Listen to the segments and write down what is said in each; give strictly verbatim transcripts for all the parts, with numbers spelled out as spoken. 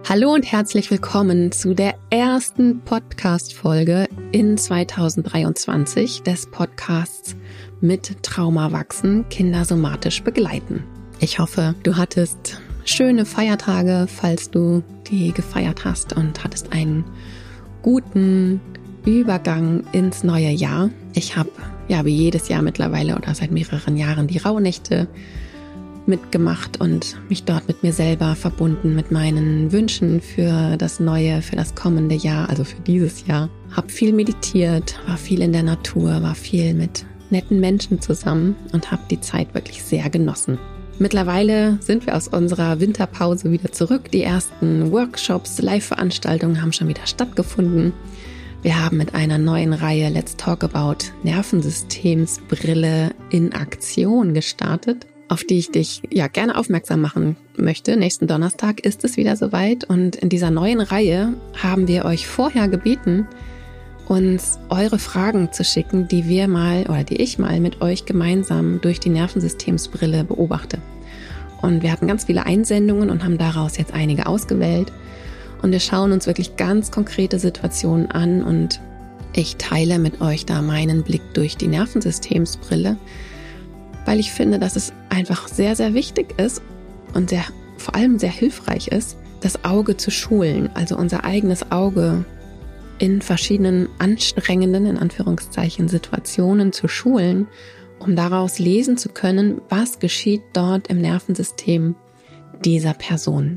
Hallo und herzlich willkommen zu der ersten Podcast-Folge in zweitausenddreiundzwanzig des Podcasts Mit Trauma wachsen, Kinder somatisch begleiten. Ich hoffe, du hattest schöne Feiertage, falls du die gefeiert hast, und hattest einen guten Übergang ins neue Jahr. Ich habe ja wie jedes Jahr mittlerweile oder seit mehreren Jahren die Rauhnächte mitgemacht und mich dort mit mir selber verbunden, mit meinen Wünschen für das neue, für das kommende Jahr, also für dieses Jahr. Hab viel meditiert, war viel in der Natur, war viel mit netten Menschen zusammen und habe die Zeit wirklich sehr genossen. Mittlerweile sind wir aus unserer Winterpause wieder zurück. Die ersten Workshops, Live-Veranstaltungen haben schon wieder stattgefunden. Wir haben mit einer neuen Reihe Let's Talk About Nervensystemsbrille in Aktion gestartet, auf die ich dich ja gerne aufmerksam machen möchte. Nächsten Donnerstag ist es wieder soweit, und in dieser neuen Reihe haben wir euch vorher gebeten, uns eure Fragen zu schicken, die wir mal oder die ich mal mit euch gemeinsam durch die Nervensystemsbrille beobachte. Und wir hatten ganz viele Einsendungen und haben daraus jetzt einige ausgewählt. Und wir schauen uns wirklich ganz konkrete Situationen an, und ich teile mit euch da meinen Blick durch die Nervensystemsbrille, weil ich finde, dass es einfach sehr, sehr wichtig ist und sehr, vor allem sehr hilfreich ist, das Auge zu schulen, also unser eigenes Auge in verschiedenen anstrengenden, in Anführungszeichen, Situationen zu schulen, um daraus lesen zu können, was geschieht dort im Nervensystem dieser Person.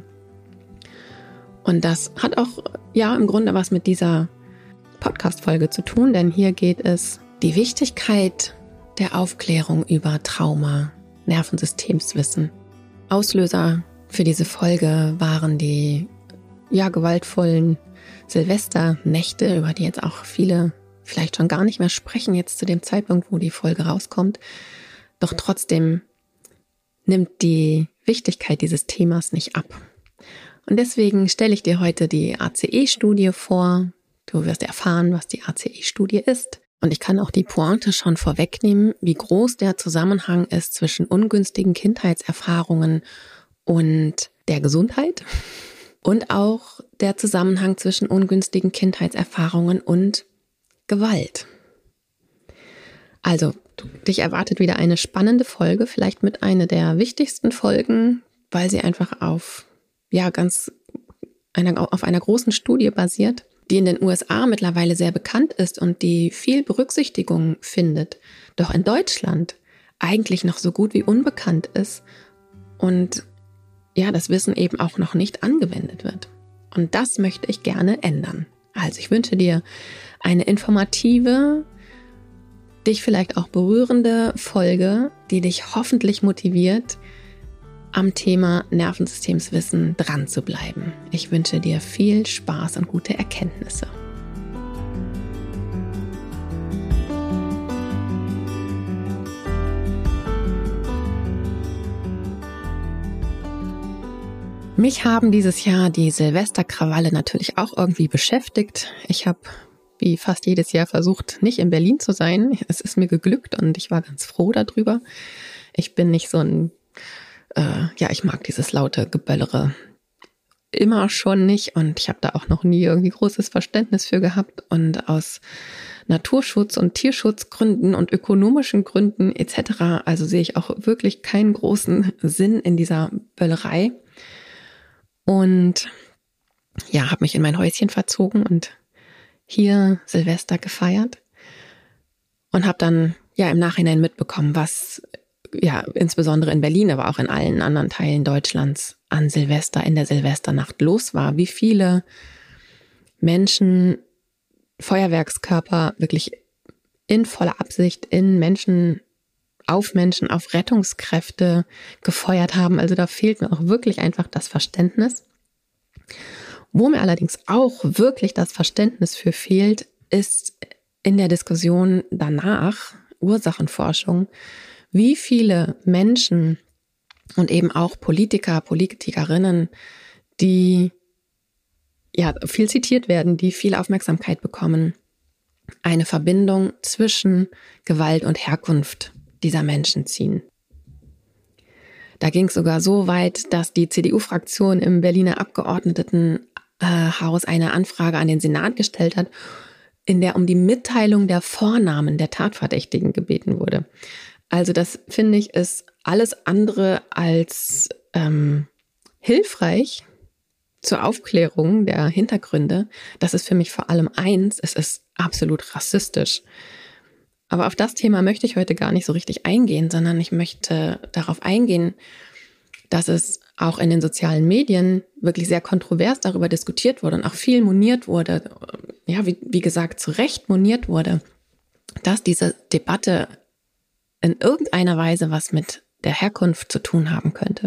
Und das hat auch, ja, im Grunde was mit dieser Podcast-Folge zu tun, denn hier geht es die Wichtigkeit der Aufklärung über Trauma, Nervensystemswissen. Auslöser für diese Folge waren die, ja, gewaltvollen Silvesternächte, über die jetzt auch viele vielleicht schon gar nicht mehr sprechen, jetzt zu dem Zeitpunkt, wo die Folge rauskommt. Doch trotzdem nimmt die Wichtigkeit dieses Themas nicht ab. Und deswegen stelle ich dir heute die A C E-Studie vor. Du wirst erfahren, was die A C E-Studie ist. Und ich kann auch die Pointe schon vorwegnehmen, wie groß der Zusammenhang ist zwischen ungünstigen Kindheitserfahrungen und der Gesundheit und auch der Zusammenhang zwischen ungünstigen Kindheitserfahrungen und Gewalt. Also, dich erwartet wieder eine spannende Folge, vielleicht mit einer der wichtigsten Folgen, weil sie einfach auf, ja, ganz einer, auf einer großen Studie basiert, die in den U S A mittlerweile sehr bekannt ist und die viel Berücksichtigung findet, doch in Deutschland eigentlich noch so gut wie unbekannt ist und ja, das Wissen eben auch noch nicht angewendet wird. Und das möchte ich gerne ändern. Also ich wünsche dir eine informative, dich vielleicht auch berührende Folge, die dich hoffentlich motiviert, am Thema Nervensystemswissen dran zu bleiben. Ich wünsche dir viel Spaß und gute Erkenntnisse. Mich haben dieses Jahr die Silvesterkrawalle natürlich auch irgendwie beschäftigt. Ich habe wie fast jedes Jahr versucht, nicht in Berlin zu sein. Es ist mir geglückt und ich war ganz froh darüber. Ich bin nicht so ein Äh, ja, ich mag dieses laute Geböllere immer schon nicht, und ich habe da auch noch nie irgendwie großes Verständnis für gehabt, und aus Naturschutz- und Tierschutzgründen und ökonomischen Gründen et cetera, also sehe ich auch wirklich keinen großen Sinn in dieser Böllerei, und ja, habe mich in mein Häuschen verzogen und hier Silvester gefeiert und habe dann ja im Nachhinein mitbekommen, was ja insbesondere in Berlin, aber auch in allen anderen Teilen Deutschlands an Silvester, in der Silvesternacht los war, wie viele Menschen Feuerwerkskörper wirklich in voller Absicht in Menschen, auf Menschen, auf Rettungskräfte gefeuert haben. Also da fehlt mir auch wirklich einfach das Verständnis. Wo mir allerdings auch wirklich das Verständnis für fehlt, ist in der Diskussion danach, Ursachenforschung, wie viele Menschen und eben auch Politiker, Politikerinnen, die ja viel zitiert werden, die viel Aufmerksamkeit bekommen, eine Verbindung zwischen Gewalt und Herkunft dieser Menschen ziehen. Da ging es sogar so weit, dass die C D U-Fraktion im Berliner Abgeordnetenhaus eine Anfrage an den Senat gestellt hat, in der um die Mitteilung der Vornamen der Tatverdächtigen gebeten wurde. Also das, finde ich, ist alles andere als ähm, hilfreich zur Aufklärung der Hintergründe. Das ist für mich vor allem eins, es ist absolut rassistisch. Aber auf das Thema möchte ich heute gar nicht so richtig eingehen, sondern ich möchte darauf eingehen, dass es auch in den sozialen Medien wirklich sehr kontrovers darüber diskutiert wurde und auch viel moniert wurde, ja, wie, wie gesagt, zu Recht moniert wurde, dass diese Debatte in irgendeiner Weise was mit der Herkunft zu tun haben könnte.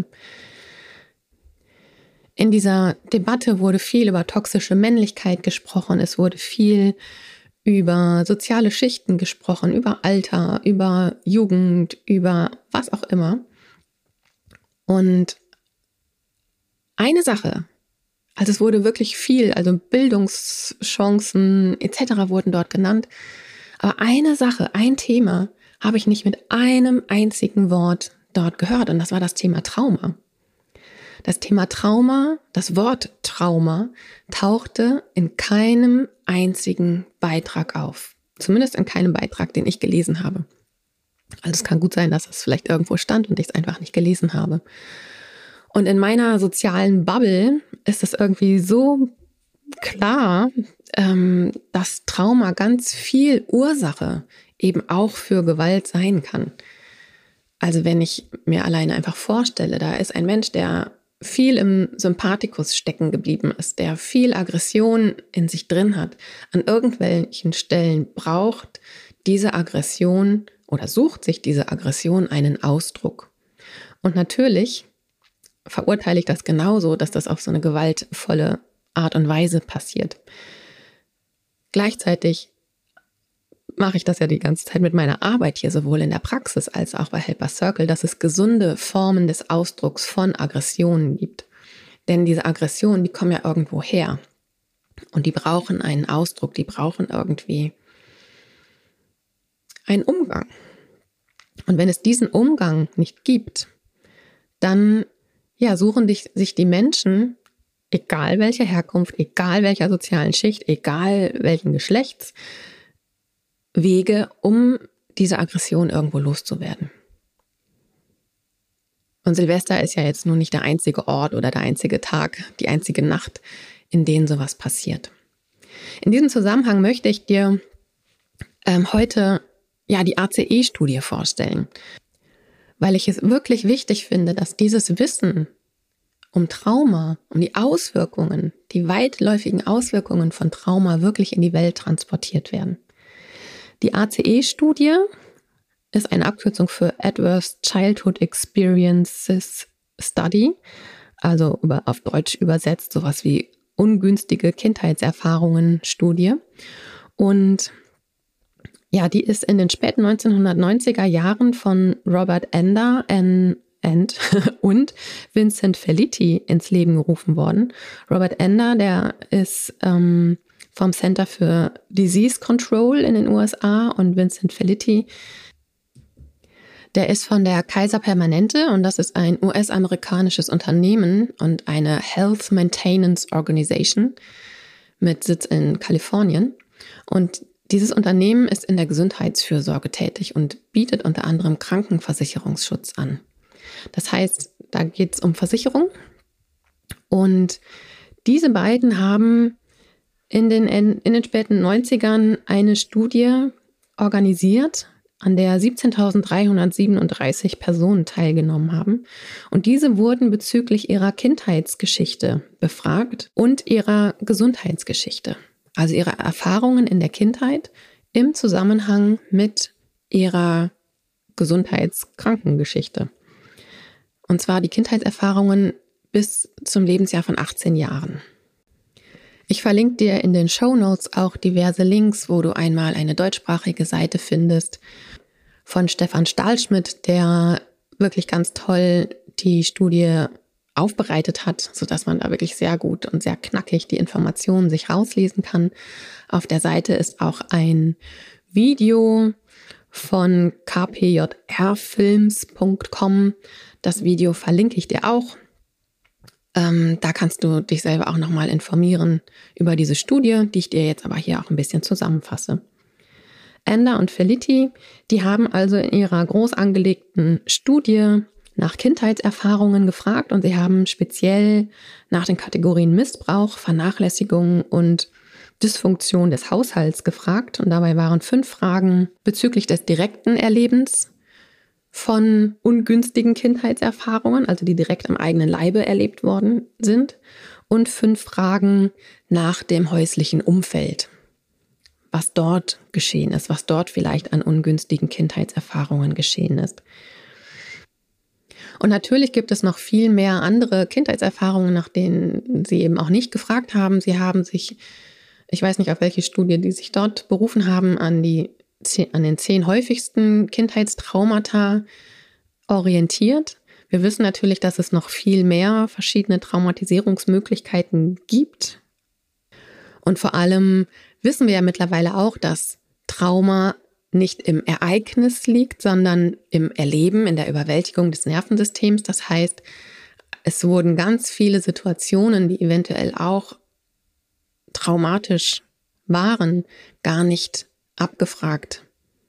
In dieser Debatte wurde viel über toxische Männlichkeit gesprochen, es wurde viel über soziale Schichten gesprochen, über Alter, über Jugend, über was auch immer. Und eine Sache, also es wurde wirklich viel, also Bildungschancen et cetera wurden dort genannt, aber eine Sache, ein Thema habe ich nicht mit einem einzigen Wort dort gehört und das war das Thema Trauma. Das Thema Trauma, das Wort Trauma, tauchte in keinem einzigen Beitrag auf. Zumindest in keinem Beitrag, den ich gelesen habe. Also es kann gut sein, dass es vielleicht irgendwo stand und ich es einfach nicht gelesen habe. Und in meiner sozialen Bubble ist es irgendwie so klar, ähm, dass Trauma ganz viel Ursache eben auch für Gewalt sein kann. Also wenn ich mir alleine einfach vorstelle, da ist ein Mensch, der viel im Sympathikus stecken geblieben ist, der viel Aggression in sich drin hat, an irgendwelchen Stellen braucht diese Aggression oder sucht sich diese Aggression einen Ausdruck. Und natürlich verurteile ich das genauso, dass das auf so eine gewaltvolle Art und Weise passiert. Gleichzeitig mache ich das ja die ganze Zeit mit meiner Arbeit hier, sowohl in der Praxis als auch bei Helper Circle, dass es gesunde Formen des Ausdrucks von Aggressionen gibt. Denn diese Aggressionen, die kommen ja irgendwo her. Und die brauchen einen Ausdruck, die brauchen irgendwie einen Umgang. Und wenn es diesen Umgang nicht gibt, dann ja, suchen dich, sich die Menschen, egal welcher Herkunft, egal welcher sozialen Schicht, egal welchen Geschlechts, Wege, um diese Aggression irgendwo loszuwerden. Und Silvester ist ja jetzt nur nicht der einzige Ort oder der einzige Tag, die einzige Nacht, in denen sowas passiert. In diesem Zusammenhang möchte ich dir ähm, heute ja die A C E-Studie vorstellen, weil ich es wirklich wichtig finde, dass dieses Wissen um Trauma, um die Auswirkungen, die weitläufigen Auswirkungen von Trauma wirklich in die Welt transportiert werden. Die A C E-Studie ist eine Abkürzung für Adverse Childhood Experiences Study, also über, auf Deutsch übersetzt sowas wie ungünstige Kindheitserfahrungen Studie. Und ja, die ist in den späten neunzehnhundertneunziger Jahren von Robert Ender and, and und Vincent Felitti ins Leben gerufen worden. Robert Ender, der ist ähm, vom Center for Disease Control in den U S A und Vincent Felitti, der ist von der Kaiser Permanente und das ist ein U S-amerikanisches Unternehmen und eine Health Maintenance Organization mit Sitz in Kalifornien. Und dieses Unternehmen ist in der Gesundheitsfürsorge tätig und bietet unter anderem Krankenversicherungsschutz an. Das heißt, da geht es um Versicherung und diese beiden haben in den, in den späten neunzigern eine Studie organisiert, an der siebzehntausenddreihundertsiebenunddreißig Personen teilgenommen haben. Und diese wurden bezüglich ihrer Kindheitsgeschichte befragt und ihrer Gesundheitsgeschichte. Also ihre Erfahrungen in der Kindheit im Zusammenhang mit ihrer Gesundheitskrankengeschichte. Und zwar die Kindheitserfahrungen bis zum Lebensjahr von achtzehn Jahren. Ich verlinke dir in den Shownotes auch diverse Links, wo du einmal eine deutschsprachige Seite findest von Stefan Stahlschmidt, der wirklich ganz toll die Studie aufbereitet hat, sodass man da wirklich sehr gut und sehr knackig die Informationen sich rauslesen kann. Auf der Seite ist auch ein Video von k p j r films punkt com. Das Video verlinke ich dir auch. Ähm, da kannst du dich selber auch nochmal informieren über diese Studie, die ich dir jetzt aber hier auch ein bisschen zusammenfasse. Enda und Felitti, die haben also in ihrer groß angelegten Studie nach Kindheitserfahrungen gefragt und sie haben speziell nach den Kategorien Missbrauch, Vernachlässigung und Dysfunktion des Haushalts gefragt. Und dabei waren fünf Fragen bezüglich des direkten Erlebens von ungünstigen Kindheitserfahrungen, also die direkt am eigenen Leibe erlebt worden sind, und fünf Fragen nach dem häuslichen Umfeld, was dort geschehen ist, was dort vielleicht an ungünstigen Kindheitserfahrungen geschehen ist. Und natürlich gibt es noch viel mehr andere Kindheitserfahrungen, nach denen sie eben auch nicht gefragt haben. Sie haben sich, ich weiß nicht, auf welche Studie die sich dort berufen haben, an, die, an den zehn häufigsten Kindheitstraumata orientiert. Wir wissen natürlich, dass es noch viel mehr verschiedene Traumatisierungsmöglichkeiten gibt. Und vor allem wissen wir ja mittlerweile auch, dass Trauma nicht im Ereignis liegt, sondern im Erleben, in der Überwältigung des Nervensystems. Das heißt, es wurden ganz viele Situationen, die eventuell auch traumatisch waren, gar nicht abgefragt,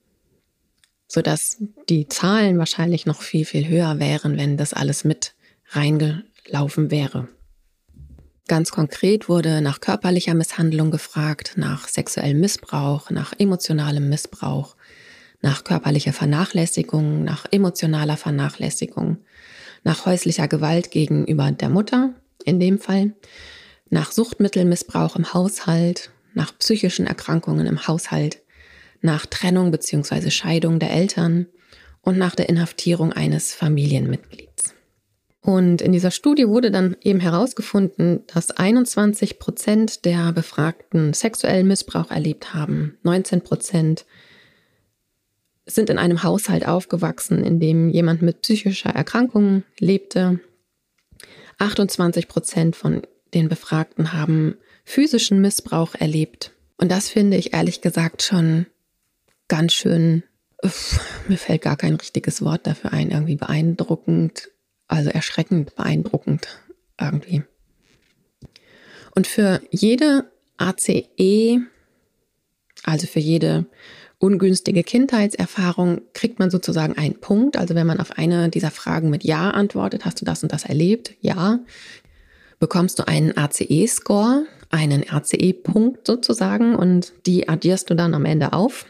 sodass die Zahlen wahrscheinlich noch viel, viel höher wären, wenn das alles mit reingelaufen wäre. Ganz konkret wurde nach körperlicher Misshandlung gefragt, nach sexuellem Missbrauch, nach emotionalem Missbrauch, nach körperlicher Vernachlässigung, nach emotionaler Vernachlässigung, nach häuslicher Gewalt gegenüber der Mutter in dem Fall, nach Suchtmittelmissbrauch im Haushalt, nach psychischen Erkrankungen im Haushalt, nach Trennung bzw. Scheidung der Eltern und nach der Inhaftierung eines Familienmitglieds. Und in dieser Studie wurde dann eben herausgefunden, dass einundzwanzig Prozent der Befragten sexuellen Missbrauch erlebt haben. neunzehn Prozent sind in einem Haushalt aufgewachsen, in dem jemand mit psychischer Erkrankung lebte. achtundzwanzig Prozent von den Befragten haben physischen Missbrauch erlebt. Und das finde ich ehrlich gesagt schon ganz schön, uff, mir fällt gar kein richtiges Wort dafür ein, irgendwie beeindruckend. Also erschreckend, beeindruckend irgendwie. Und für jede A C E, also für jede ungünstige Kindheitserfahrung, kriegt man sozusagen einen Punkt. Also wenn man auf eine dieser Fragen mit Ja antwortet, hast du das und das erlebt? Ja. Bekommst du einen A C E-Score, einen R C E-Punkt sozusagen, und die addierst du dann am Ende auf.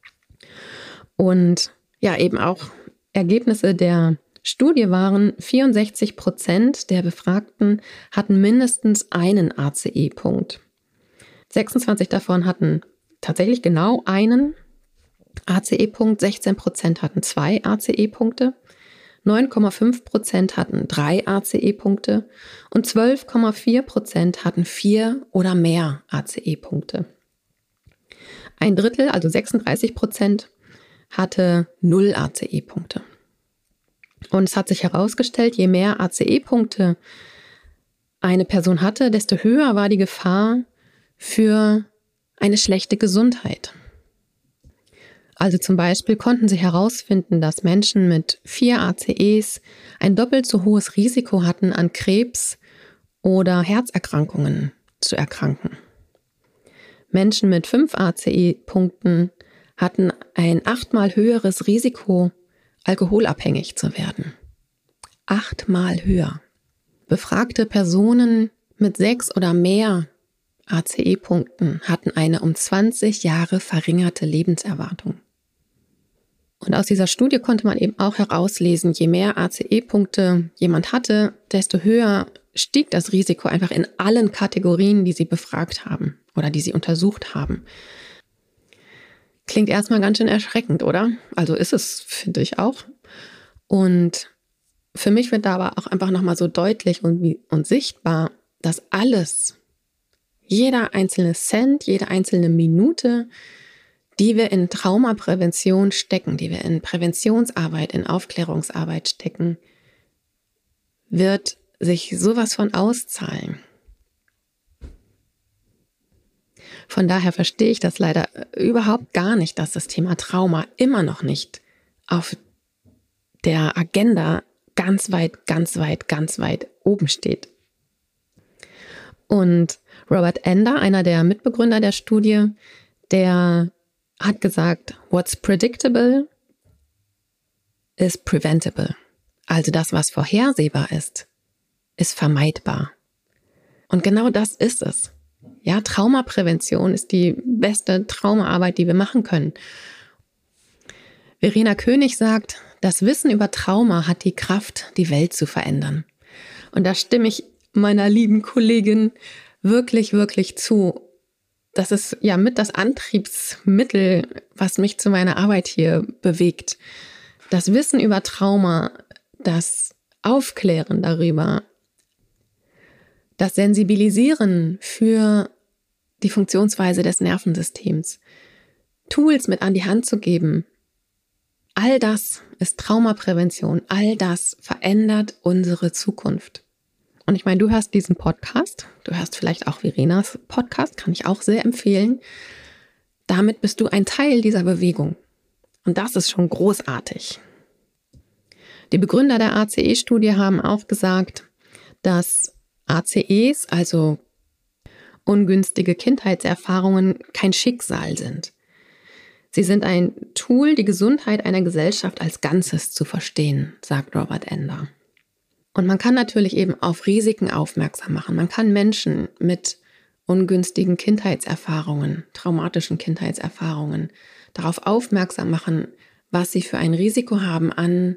Und ja, eben auch Ergebnisse der Studie waren, vierundsechzig Prozent der Befragten hatten mindestens einen A C E-Punkt. sechsundzwanzig davon hatten tatsächlich genau einen A C E-Punkt, sechzehn Prozent hatten zwei A C E-Punkte, neun Komma fünf Prozent hatten drei A C E-Punkte und zwölf Komma vier Prozent hatten vier oder mehr A C E-Punkte. Ein Drittel, also sechsunddreißig Prozent, hatte null A C E-Punkte. Und es hat sich herausgestellt, je mehr A C E-Punkte eine Person hatte, desto höher war die Gefahr für eine schlechte Gesundheit. Also zum Beispiel konnten sie herausfinden, dass Menschen mit vier A C Es ein doppelt so hohes Risiko hatten, an Krebs oder Herzerkrankungen zu erkranken. Menschen mit fünf A C E-Punkten hatten ein achtmal höheres Risiko, alkoholabhängig zu werden. Achtmal höher. Befragte Personen mit sechs oder mehr A C E-Punkten hatten eine um zwanzig Jahre verringerte Lebenserwartung. Und aus dieser Studie konnte man eben auch herauslesen, je mehr A C E-Punkte jemand hatte, desto höher stieg das Risiko einfach in allen Kategorien, die sie befragt haben oder die sie untersucht haben. Klingt erstmal ganz schön erschreckend, oder? Also ist es, finde ich auch. Und für mich wird da aber auch einfach nochmal so deutlich und, und sichtbar, dass alles, jeder einzelne Cent, jede einzelne Minute, die wir in Traumaprävention stecken, die wir in Präventionsarbeit, in Aufklärungsarbeit stecken, wird sich sowas von auszahlen. Von daher verstehe ich das leider überhaupt gar nicht, dass das Thema Trauma immer noch nicht auf der Agenda ganz weit, ganz weit, ganz weit oben steht. Und Robert Ender, einer der Mitbegründer der Studie, der hat gesagt, what's predictable is preventable. Also das, was vorhersehbar ist, ist vermeidbar. Und genau das ist es. Ja, Traumaprävention ist die beste Traumaarbeit, die wir machen können. Verena König sagt, das Wissen über Trauma hat die Kraft, die Welt zu verändern. Und da stimme ich meiner lieben Kollegin wirklich, wirklich zu. Das ist ja mit das Antriebsmittel, was mich zu meiner Arbeit hier bewegt. Das Wissen über Trauma, das Aufklären darüber, das Sensibilisieren für die Funktionsweise des Nervensystems, Tools mit an die Hand zu geben, all das ist Traumaprävention, all das verändert unsere Zukunft. Und ich meine, du hörst diesen Podcast, du hörst vielleicht auch Verenas Podcast, kann ich auch sehr empfehlen. Damit bist du ein Teil dieser Bewegung. Und das ist schon großartig. Die Begründer der A C E-Studie haben auch gesagt, dass A C Es, also ungünstige Kindheitserfahrungen, kein Schicksal sind. Sie sind ein Tool, die Gesundheit einer Gesellschaft als Ganzes zu verstehen, sagt Robert Ender. Und man kann natürlich eben auf Risiken aufmerksam machen. Man kann Menschen mit ungünstigen Kindheitserfahrungen, traumatischen Kindheitserfahrungen darauf aufmerksam machen, was sie für ein Risiko haben, an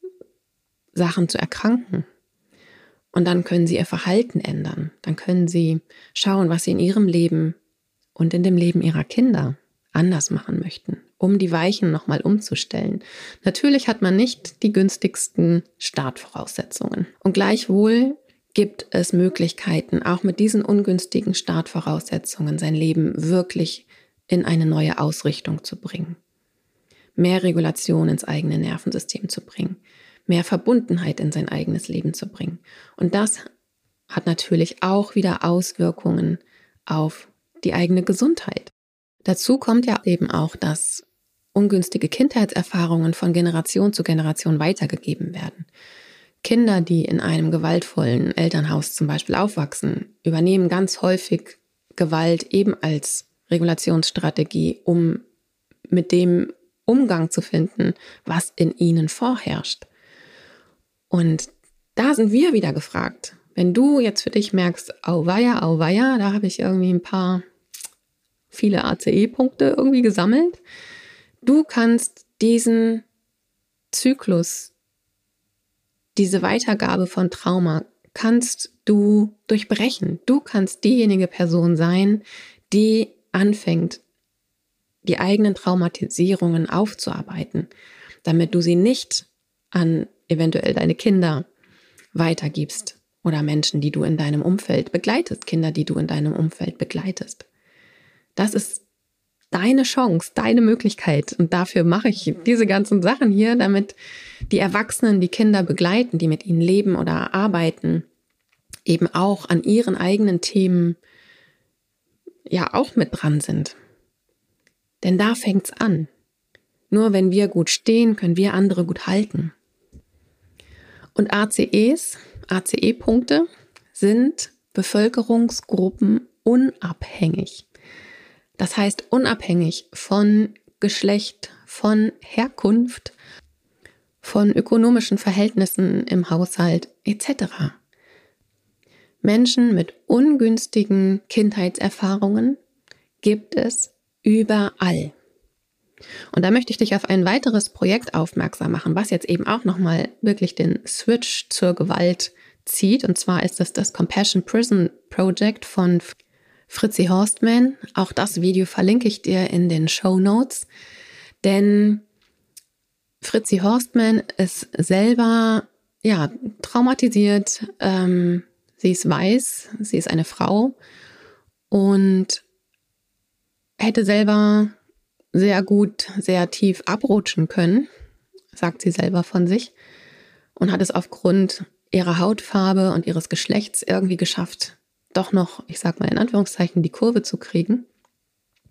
Sachen zu erkranken. Und dann können sie ihr Verhalten ändern. Dann können sie schauen, was sie in ihrem Leben und in dem Leben ihrer Kinder anders machen möchten, um die Weichen nochmal umzustellen. Natürlich hat man nicht die günstigsten Startvoraussetzungen. Und gleichwohl gibt es Möglichkeiten, auch mit diesen ungünstigen Startvoraussetzungen sein Leben wirklich in eine neue Ausrichtung zu bringen. Mehr Regulation ins eigene Nervensystem zu bringen. Mehr Verbundenheit in sein eigenes Leben zu bringen. Und das hat natürlich auch wieder Auswirkungen auf die eigene Gesundheit. Dazu kommt ja eben auch, dass ungünstige Kindheitserfahrungen von Generation zu Generation weitergegeben werden. Kinder, die in einem gewaltvollen Elternhaus zum Beispiel aufwachsen, übernehmen ganz häufig Gewalt eben als Regulationsstrategie, um mit dem Umgang zu finden, was in ihnen vorherrscht. Und da sind wir wieder gefragt. Wenn du jetzt für dich merkst, auweia, auweia, da habe ich irgendwie ein paar, viele A C E-Punkte irgendwie gesammelt. Du kannst diesen Zyklus, diese Weitergabe von Trauma, kannst du durchbrechen. Du kannst diejenige Person sein, die anfängt, die eigenen Traumatisierungen aufzuarbeiten, damit du sie nicht an eventuell deine Kinder weitergibst oder Menschen, die du in deinem Umfeld begleitest, Kinder, die du in deinem Umfeld begleitest. Das ist deine Chance, deine Möglichkeit. Und dafür mache ich diese ganzen Sachen hier, damit die Erwachsenen die Kinder begleiten, die mit ihnen leben oder arbeiten, eben auch an ihren eigenen Themen ja auch mit dran sind. Denn da fängt's an. Nur wenn wir gut stehen, können wir andere gut halten. Und A C Es, A C E-Punkte sind Bevölkerungsgruppen unabhängig. Das heißt unabhängig von Geschlecht, von Herkunft, von ökonomischen Verhältnissen im Haushalt et cetera. Menschen mit ungünstigen Kindheitserfahrungen gibt es überall. Und da möchte ich dich auf ein weiteres Projekt aufmerksam machen, was jetzt eben auch nochmal wirklich den Switch zur Gewalt zieht. Und zwar ist das das Compassion Prison Project von Fritzi Horstman. Auch das Video verlinke ich dir in den Shownotes. Denn Fritzi Horstman ist selber ja, traumatisiert. Ähm, sie ist weiß, sie ist eine Frau und hätte selber sehr gut, sehr tief abrutschen können, sagt sie selber von sich, und hat es aufgrund ihrer Hautfarbe und ihres Geschlechts irgendwie geschafft, doch noch, ich sag mal in Anführungszeichen, die Kurve zu kriegen.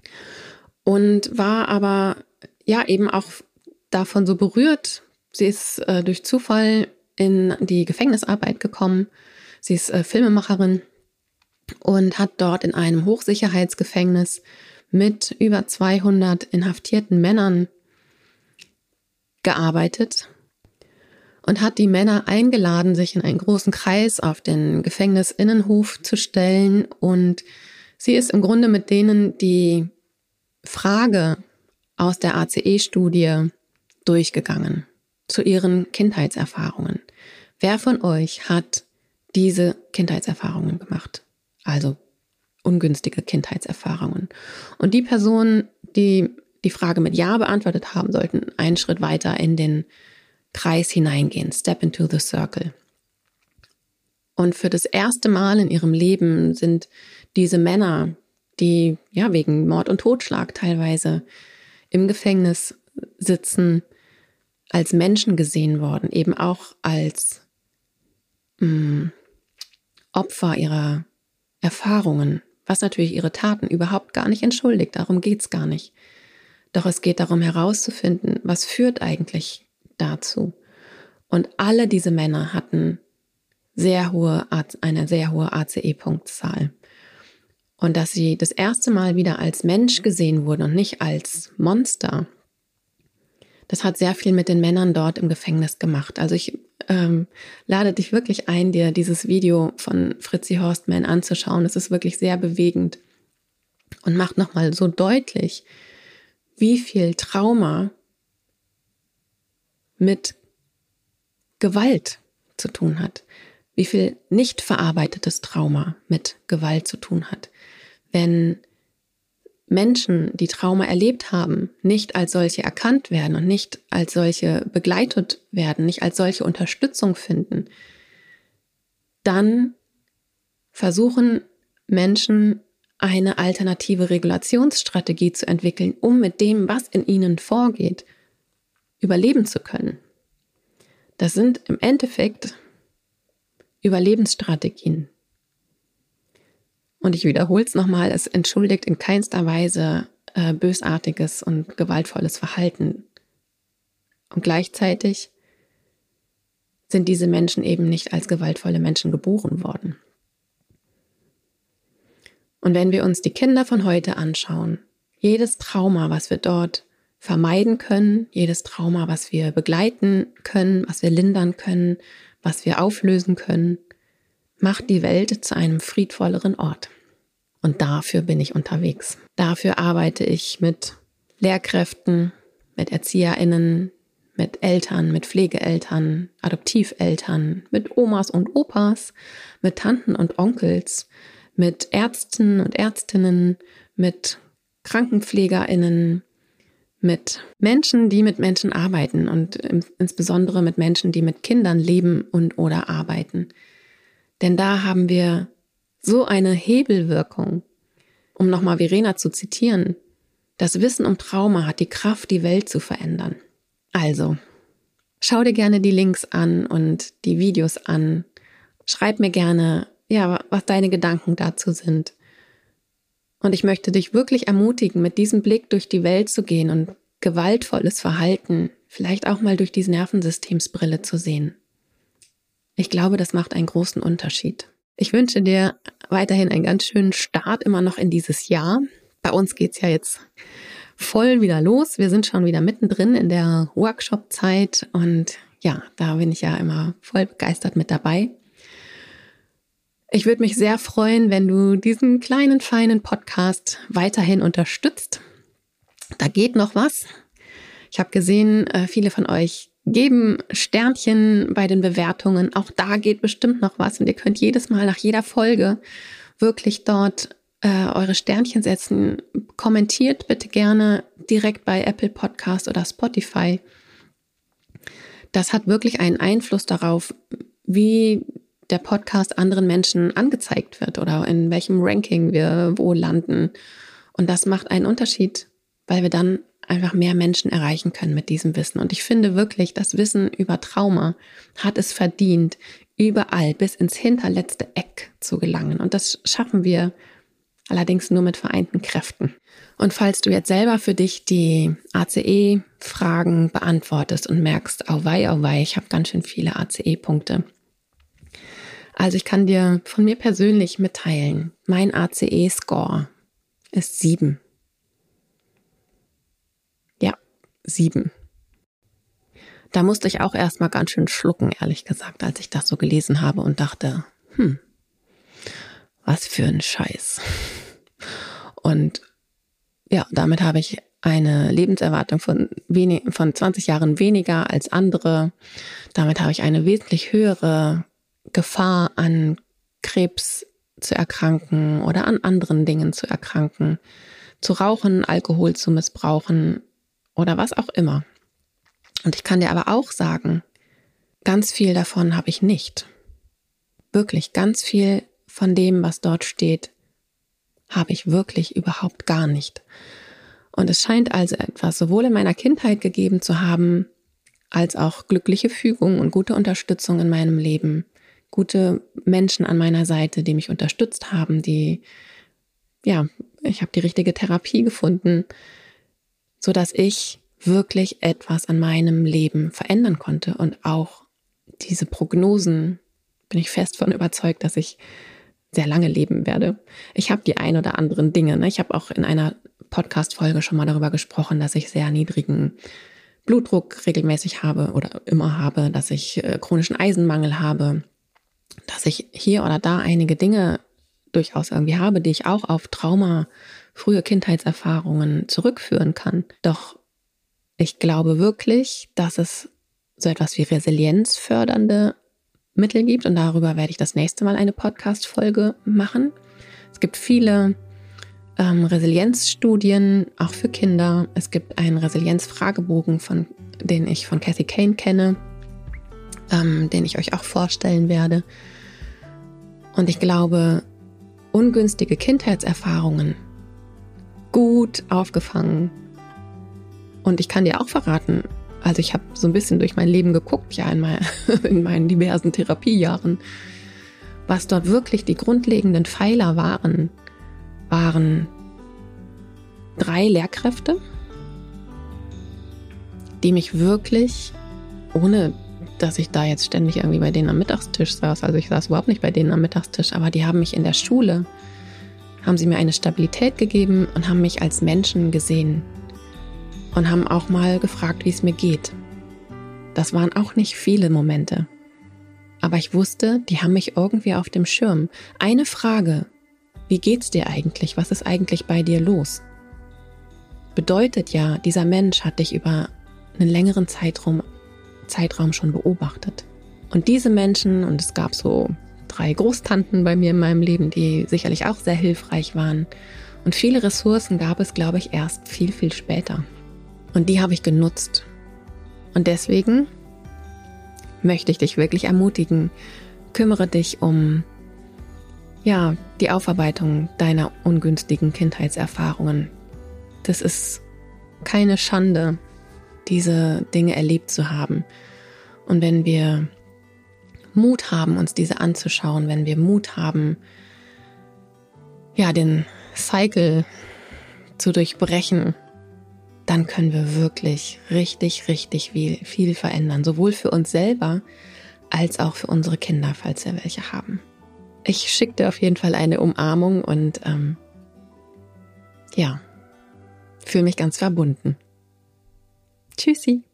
und war aber ja eben auch davon so berührt. Sie ist äh, durch Zufall in die Gefängnisarbeit gekommen. Sie ist äh, Filmemacherin und hat dort in einem Hochsicherheitsgefängnis mit über zweihundert inhaftierten Männern gearbeitet und hat die Männer eingeladen, sich in einen großen Kreis auf den Gefängnisinnenhof zu stellen. Und sie ist im Grunde mit denen die Frage aus der A C E-Studie durchgegangen zu ihren Kindheitserfahrungen. Wer von euch hat diese Kindheitserfahrungen gemacht? Also ungünstige Kindheitserfahrungen. Und die Personen, die die Frage mit Ja beantwortet haben, sollten einen Schritt weiter in den Kreis hineingehen. Step into the circle. Und für das erste Mal in ihrem Leben sind diese Männer, die ja wegen Mord und Totschlag teilweise im Gefängnis sitzen, als Menschen gesehen worden, eben auch als mh, Opfer ihrer Erfahrungen, was natürlich ihre Taten überhaupt gar nicht entschuldigt, darum geht es gar nicht. Doch es geht darum herauszufinden, was führt eigentlich dazu. Und alle diese Männer hatten sehr hohe, eine sehr hohe A C E-Punktzahl. Und dass sie das erste Mal wieder als Mensch gesehen wurden und nicht als Monster, das hat sehr viel mit den Männern dort im Gefängnis gemacht. Also ich ähm, lade dich wirklich ein, dir dieses Video von Fritzi Horstmann anzuschauen. Es ist wirklich sehr bewegend und macht nochmal so deutlich, wie viel Trauma mit Gewalt zu tun hat. Wie viel nicht verarbeitetes Trauma mit Gewalt zu tun hat. Wenn Menschen, die Trauma erlebt haben, nicht als solche erkannt werden und nicht als solche begleitet werden, nicht als solche Unterstützung finden, dann versuchen Menschen eine alternative Regulationsstrategie zu entwickeln, um mit dem, was in ihnen vorgeht, überleben zu können. Das sind im Endeffekt Überlebensstrategien. Und ich wiederhole es nochmal, es entschuldigt in keinster Weise äh, bösartiges und gewaltvolles Verhalten. Und gleichzeitig sind diese Menschen eben nicht als gewaltvolle Menschen geboren worden. Und wenn wir uns die Kinder von heute anschauen, jedes Trauma, was wir dort vermeiden können, jedes Trauma, was wir begleiten können, was wir lindern können, was wir auflösen können, macht die Welt zu einem friedvolleren Ort. Und dafür bin ich unterwegs. Dafür arbeite ich mit Lehrkräften, mit ErzieherInnen, mit Eltern, mit Pflegeeltern, Adoptiveltern, mit Omas und Opas, mit Tanten und Onkels, mit Ärzten und Ärztinnen, mit KrankenpflegerInnen, mit Menschen, die mit Menschen arbeiten und insbesondere mit Menschen, die mit Kindern leben und oder arbeiten. Denn da haben wir so eine Hebelwirkung. Um nochmal Verena zu zitieren, das Wissen um Trauma hat die Kraft, die Welt zu verändern. Also, schau dir gerne die Links an und die Videos an. Schreib mir gerne, ja, was deine Gedanken dazu sind. Und ich möchte dich wirklich ermutigen, mit diesem Blick durch die Welt zu gehen und gewaltvolles Verhalten vielleicht auch mal durch die Nervensystemsbrille zu sehen. Ich glaube, das macht einen großen Unterschied. Ich wünsche dir weiterhin einen ganz schönen Start immer noch in dieses Jahr. Bei uns geht's ja jetzt voll wieder los. Wir sind schon wieder mittendrin in der Workshop-Zeit und ja, da bin ich ja immer voll begeistert mit dabei. Ich würde mich sehr freuen, wenn du diesen kleinen, feinen Podcast weiterhin unterstützt. Da geht noch was. Ich habe gesehen, viele von euch geben Sternchen bei den Bewertungen. Auch da geht bestimmt noch was. Und ihr könnt jedes Mal nach jeder Folge wirklich dort äh, eure Sternchen setzen. Kommentiert bitte gerne direkt bei Apple Podcast oder Spotify. Das hat wirklich einen Einfluss darauf, wie der Podcast anderen Menschen angezeigt wird oder in welchem Ranking wir wo landen. Und das macht einen Unterschied, weil wir dann einfach mehr Menschen erreichen können mit diesem Wissen. Und ich finde wirklich, das Wissen über Trauma hat es verdient, überall bis ins hinterletzte Eck zu gelangen. Und das schaffen wir allerdings nur mit vereinten Kräften. Und falls du jetzt selber für dich die A C E-Fragen beantwortest und merkst, au wei, au wei, ich habe ganz schön viele A C E-Punkte. Also ich kann dir von mir persönlich mitteilen, mein A C E-Score ist sieben. Ja, sieben. Da musste ich auch erstmal ganz schön schlucken, ehrlich gesagt, als ich das so gelesen habe und dachte, hm, was für ein Scheiß. Und ja, damit habe ich eine Lebenserwartung von, wenig, von zwanzig Jahren weniger als andere. Damit habe ich eine wesentlich höhere Gefahr, an Krebs zu erkranken oder an anderen Dingen zu erkranken, zu rauchen, Alkohol zu missbrauchen oder was auch immer. Und ich kann dir aber auch sagen, ganz viel davon habe ich nicht. Wirklich, ganz viel von dem, was dort steht, habe ich wirklich überhaupt gar nicht. Und es scheint also etwas sowohl in meiner Kindheit gegeben zu haben, als auch glückliche Fügung und gute Unterstützung in meinem Leben, gute Menschen an meiner Seite, die mich unterstützt haben, die, ja, ich habe die richtige Therapie gefunden, sodass ich wirklich etwas an meinem Leben verändern konnte. Und auch diese Prognosen, bin ich fest von überzeugt, dass ich sehr lange leben werde. Ich habe die ein oder anderen Dinge. Ne? Ich habe auch in einer Podcast-Folge schon mal darüber gesprochen, dass ich sehr niedrigen Blutdruck regelmäßig habe oder immer habe, dass ich äh, chronischen Eisenmangel habe, dass ich hier oder da einige Dinge durchaus irgendwie habe, die ich auch auf Trauma, frühe Kindheitserfahrungen zurückführen kann. Doch ich glaube wirklich, dass es so etwas wie resilienzfördernde Mittel gibt und darüber werde ich das nächste Mal eine Podcast-Folge machen. Es gibt viele ähm, Resilienzstudien, auch für Kinder. Es gibt einen Resilienzfragebogen, von den ich von Kathy Kane kenne, ähm, den ich euch auch vorstellen werde. Und ich glaube, ungünstige Kindheitserfahrungen gut aufgefangen. Und ich kann dir auch verraten, also ich habe so ein bisschen durch mein Leben geguckt, ja, in, mein, in meinen diversen Therapiejahren, was dort wirklich die grundlegenden Pfeiler waren, waren drei Lehrkräfte, die mich wirklich, ohne dass ich da jetzt ständig irgendwie bei denen am Mittagstisch saß, also ich saß überhaupt nicht bei denen am Mittagstisch, aber die haben mich in der Schule, haben sie mir eine Stabilität gegeben und haben mich als Menschen gesehen. Und haben auch mal gefragt, wie es mir geht. Das waren auch nicht viele Momente. Aber ich wusste, die haben mich irgendwie auf dem Schirm. Eine Frage, wie geht's dir eigentlich? Was ist eigentlich bei dir los? Bedeutet ja, dieser Mensch hat dich über einen längeren Zeitraum, Zeitraum schon beobachtet. Und diese Menschen, und es gab so drei Großtanten bei mir in meinem Leben, die sicherlich auch sehr hilfreich waren. Und viele Ressourcen gab es, glaube ich, erst viel, viel später. Und die habe ich genutzt. Und deswegen möchte ich dich wirklich ermutigen, kümmere dich um ja, die Aufarbeitung deiner ungünstigen Kindheitserfahrungen. Das ist keine Schande, diese Dinge erlebt zu haben. Und wenn wir Mut haben, uns diese anzuschauen, wenn wir Mut haben, ja, den Cycle zu durchbrechen, dann können wir wirklich richtig, richtig viel, viel verändern. Sowohl für uns selber, als auch für unsere Kinder, falls wir welche haben. Ich schicke dir auf jeden Fall eine Umarmung und ähm, ja, fühle mich ganz verbunden. Tschüssi.